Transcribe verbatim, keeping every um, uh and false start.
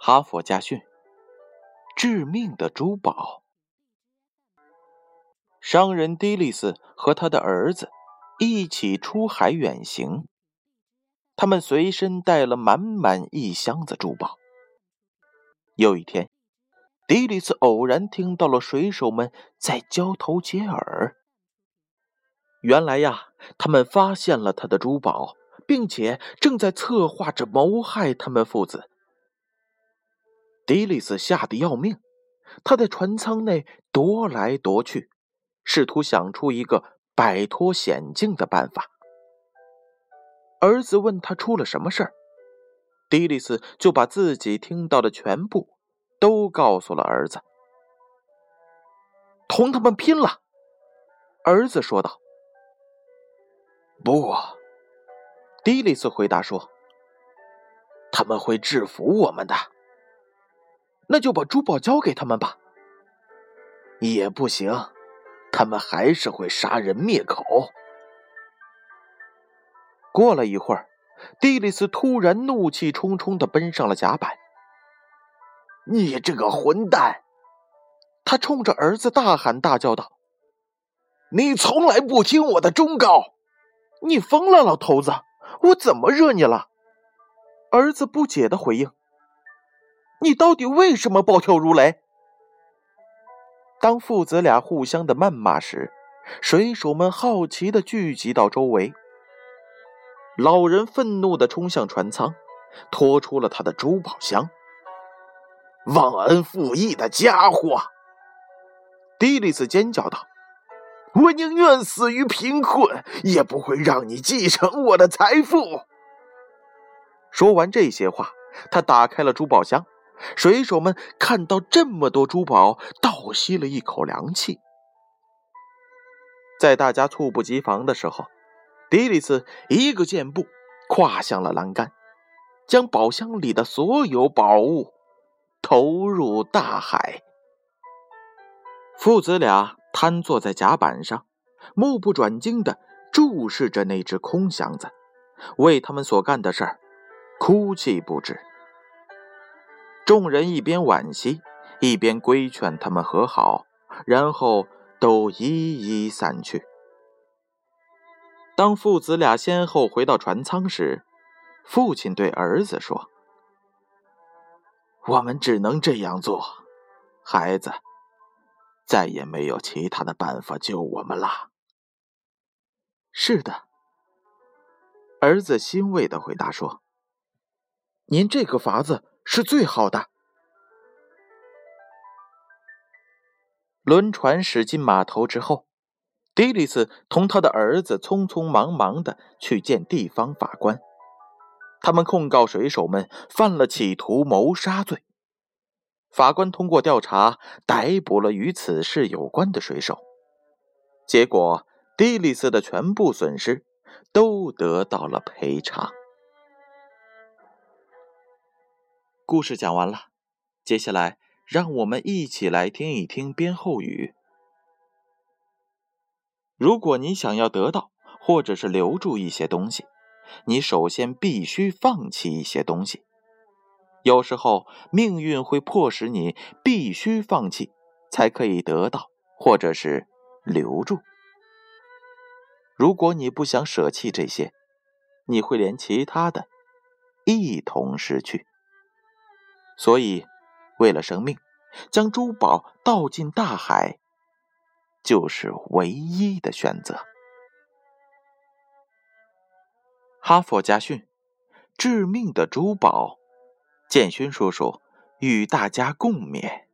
哈佛家训：致命的珠宝。商人迪利斯和他的儿子一起出海远行，他们随身带了满满一箱子珠宝。有一天，迪利斯偶然听到了水手们在交头接耳。原来呀，他们发现了他的珠宝，并且正在策划着谋害他们父子。迪利斯吓得要命，他在船舱内踱来踱去，试图想出一个摆脱险境的办法。儿子问他出了什么事儿，迪利斯就把自己听到的全部都告诉了儿子。同他们拼了，儿子说道。不，迪利斯回答说，他们会制服我们的。那就把珠宝交给他们吧。也不行，他们还是会杀人灭口。过了一会儿，迪利斯突然怒气冲冲地奔上了甲板。你这个混蛋！他冲着儿子大喊大叫道，你从来不听我的忠告！你疯了，老头子，我怎么惹你了？儿子不解地回应，你到底为什么暴跳如雷？当父子俩互相的谩骂时，水手们好奇地聚集到周围。老人愤怒地冲向船舱，拖出了他的珠宝箱。忘恩负义的家伙！迪利斯尖叫道，我宁愿死于贫困，也不会让你继承我的财富。说完这些话，他打开了珠宝箱。水手们看到这么多珠宝，倒吸了一口凉气。在大家猝不及防的时候，迪利斯一个箭步跨向了栏杆，将宝箱里的所有宝物投入大海。父子俩瘫坐在甲板上，目不转睛地注视着那只空箱子，为他们所干的事儿哭泣不止。众人一边惋惜，一边规劝他们和好，然后都一一散去。当父子俩先后回到船舱时，父亲对儿子说，我们只能这样做，孩子，再也没有其他的办法救我们了。是的，儿子欣慰地回答说，您这个法子是最好的。轮船驶进码头之后，迪利斯同他的儿子匆匆忙忙地去见地方法官。他们控告水手们犯了企图谋杀罪。法官通过调查逮捕了与此事有关的水手。结果，迪利斯的全部损失都得到了赔偿。故事讲完了，接下来让我们一起来听一听编后语。如果你想要得到或者是留住一些东西，你首先必须放弃一些东西。有时候命运会迫使你必须放弃，才可以得到或者是留住。如果你不想舍弃这些，你会连其他的一同失去。所以为了生命，将珠宝倒进大海就是唯一的选择。哈佛家训：致命的珠宝。建勋叔叔与大家共勉。